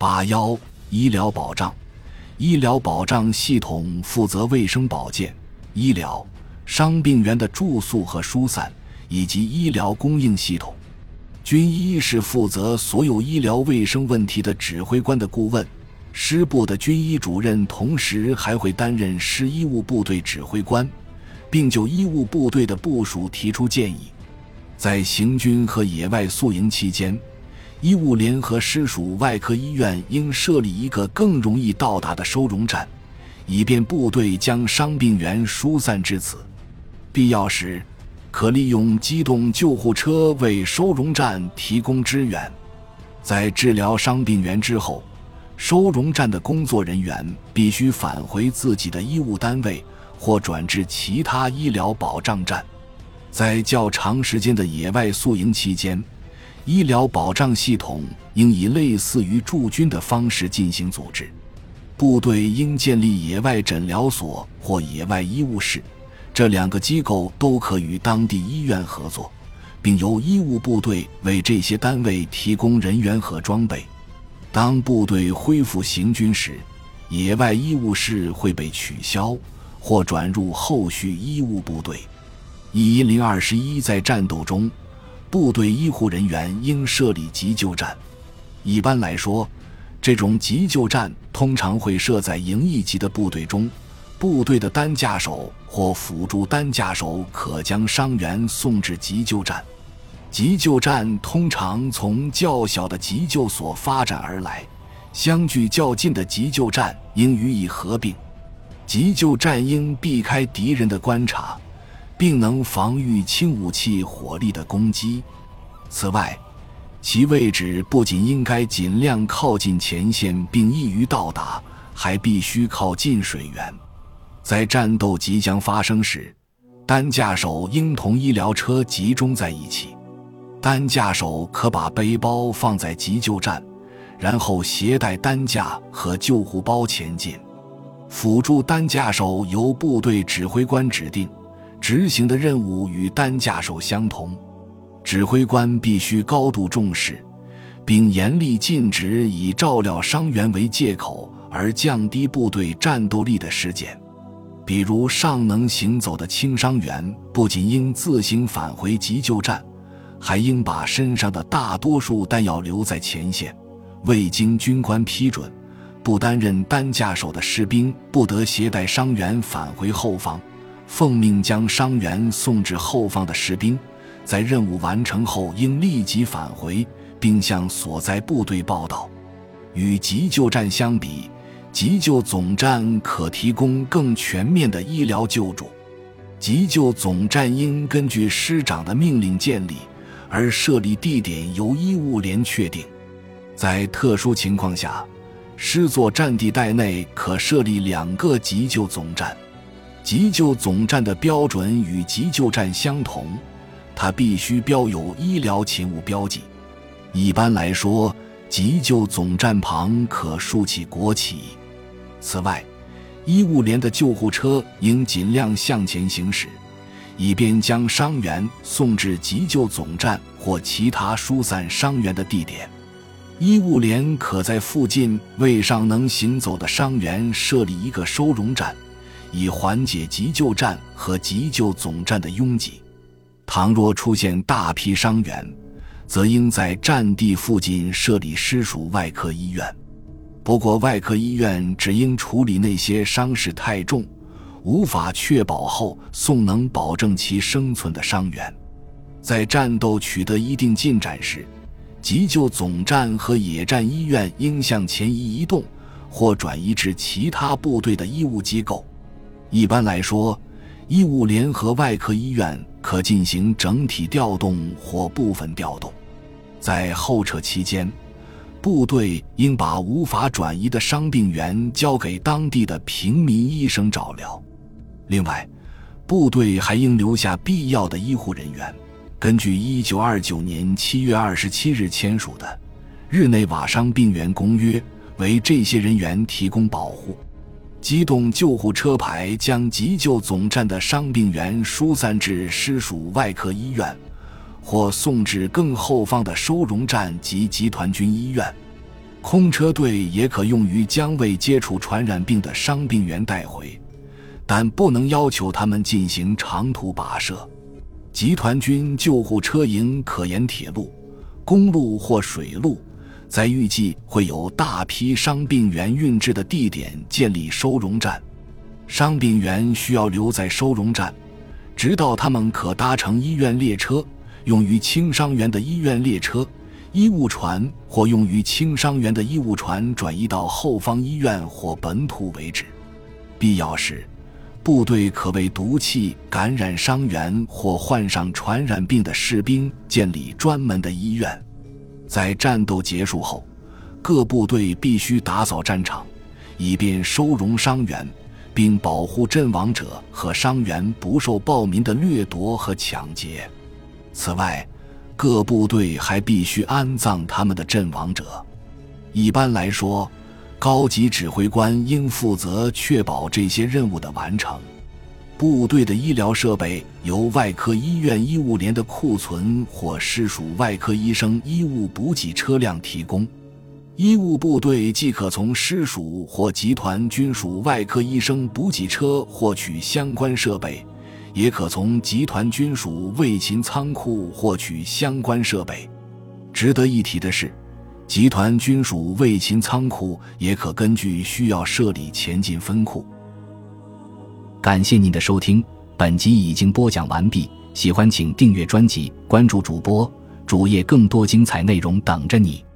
81医疗保障。医疗保障系统负责卫生保健、医疗、伤病员的住宿和疏散，以及医疗供应系统。军医是负责所有医疗卫生问题的指挥官的顾问，师部的军医主任同时还会担任师医务部队指挥官，并就医务部队的部署提出建议。在行军和野外宿营期间，医务联和师属外科医院应设立一个更容易到达的收容站，以便部队将伤病员疏散至此。必要时，可利用机动救护车为收容站提供支援。在治疗伤病员之后，收容站的工作人员必须返回自己的医务单位或转至其他医疗保障站。在较长时间的野外宿营期间，医疗保障系统应以类似于驻军的方式进行组织。部队应建立野外诊疗所或野外医务室，这两个机构都可与当地医院合作，并由医务部队为这些单位提供人员和装备。当部队恢复行军时，野外医务室会被取消或转入后续医务部队。11021在战斗中，部队医护人员应设立急救站。一般来说，这种急救站通常会设在营一级的部队中，部队的担架手或辅助担架手可将伤员送至急救站。急救站通常从较小的急救所发展而来，相距较近的急救站应予以合并。急救站应避开敌人的观察，并能防御轻武器火力的攻击。此外，其位置不仅应该尽量靠近前线并易于到达，还必须靠近水源。在战斗即将发生时，担架手应同医疗车集中在一起。担架手可把背包放在急救站，然后携带担架和救护包前进。辅助担架手由部队指挥官指定，执行的任务与担架手相同。指挥官必须高度重视，并严厉禁止以照料伤员为借口而降低部队战斗力的事件。比如尚能行走的轻伤员不仅应自行返回急救站，还应把身上的大多数弹药留在前线。未经军官批准，不担任担架手的士兵不得携带伤员返回后方。奉命将伤员送至后方的士兵，在任务完成后应立即返回，并向所在部队报到。与急救站相比，急救总站可提供更全面的医疗救助。急救总站应根据师长的命令建立，而设立地点由医务连确定。在特殊情况下，师座战地带内可设立2个急救总站。急救总站的标准与急救站相同，它必须标有医疗勤务标记。一般来说，急救总站旁可竖起国旗。此外，医务连的救护车应尽量向前行驶，以便将伤员送至急救总站或其他疏散伤员的地点。医务连可在附近为尚能行走的伤员设立一个收容站，以缓解急救站和急救总站的拥挤。倘若出现大批伤员，则应在战地附近设立师属外科医院。不过外科医院只应处理那些伤势太重，无法确保后送能保证其生存的伤员。在战斗取得一定进展时，急救总站和野战医院应向前移动，或转移至其他部队的医务机构。一般来说，医务联合外科医院可进行整体调动或部分调动。在后撤期间，部队应把无法转移的伤病员交给当地的平民医生照料。另外，部队还应留下必要的医护人员，根据1929年7月27日签署的《日内瓦伤病员公约》，为这些人员提供保护。机动救护车排将急救总站的伤病员疏散至师属外科医院，或送至更后方的收容站及集团军医院。 空车队也可用于将未接触传染病的伤病员带回，但不能要求他们进行长途跋涉。集团军救护车营可沿铁路、公路或水路，在预计会有大批伤病员运至的地点建立收容站。伤病员需要留在收容站，直到他们可搭乘医院列车、用于轻伤员的医院列车、医务船或用于轻伤员的医务船转移到后方医院或本土为止。必要时，部队可为毒气感染伤员或患上传染病的士兵建立专门的医院。在战斗结束后，各部队必须打扫战场，以便收容伤员，并保护阵亡者和伤员不受暴民的掠夺和抢劫。此外，各部队还必须安葬他们的阵亡者。一般来说，高级指挥官应负责确保这些任务的完成。部队的医疗设备由外科医院医务连的库存或师属外科医生医务补给车辆提供。医务部队既可从师属或集团军属外科医生补给车获取相关设备，也可从集团军属卫勤仓库获取相关设备。值得一提的是，集团军属卫勤仓库也可根据需要设立前进分库。感谢您的收听，本集已经播讲完毕，喜欢请订阅专辑，关注主播，主页更多精彩内容等着你。